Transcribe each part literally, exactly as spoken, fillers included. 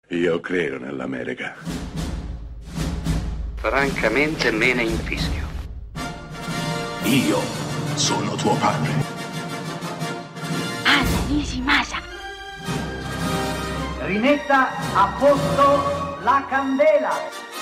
Io credo nell'America. Francamente me ne infischio. Io sono tuo padre. Anna Nishimasa. Rimetta a posto la candela.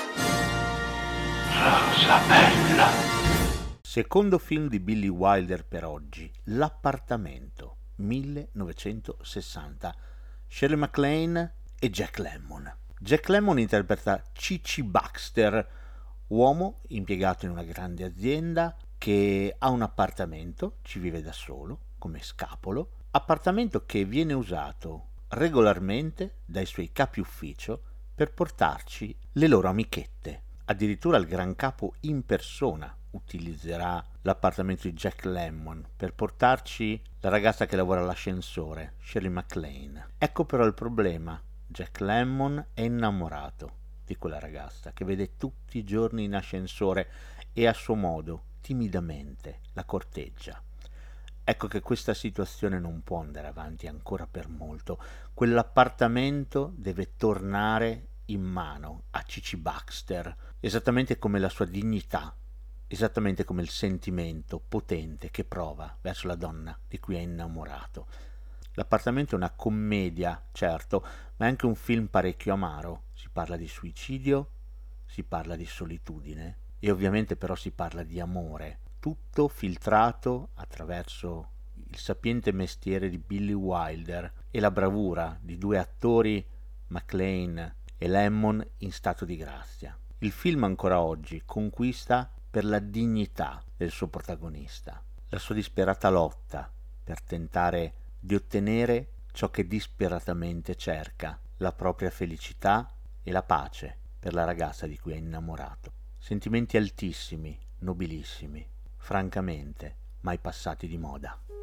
Rosa bella. Secondo film di Billy Wilder per oggi, L'appartamento, millenovecentosessanta. Shirley MacLaine e Jack Lemmon. Jack Lemmon interpreta Cicci Baxter, uomo impiegato in una grande azienda che ha un appartamento, ci vive da solo, come scapolo, appartamento che viene usato regolarmente dai suoi capi ufficio per portarci le loro amichette. Addirittura il gran capo in persona utilizzerà l'appartamento di Jack Lemmon per portarci la ragazza che lavora all'ascensore, Shirley MacLaine. Ecco però il problema: Jack Lemmon è innamorato di quella ragazza che vede tutti i giorni in ascensore e a suo modo, timidamente, la corteggia. Ecco che questa situazione non può andare avanti ancora per molto. Quell'appartamento deve tornare in mano a Cicci Baxter, esattamente come la sua dignità, esattamente come il sentimento potente che prova verso la donna di cui è innamorato. L'appartamento è una commedia, certo, ma è anche un film parecchio amaro. Si parla di suicidio, si parla di solitudine e ovviamente però si parla di amore, tutto filtrato attraverso il sapiente mestiere di Billy Wilder e la bravura di due attori, MacLaine e Lemmon, in stato di grazia. Il film ancora oggi conquista per la dignità del suo protagonista, la sua disperata lotta per tentare di ottenere ciò che disperatamente cerca, la propria felicità e la pace per la ragazza di cui è innamorato. Sentimenti altissimi, nobilissimi, francamente mai passati di moda.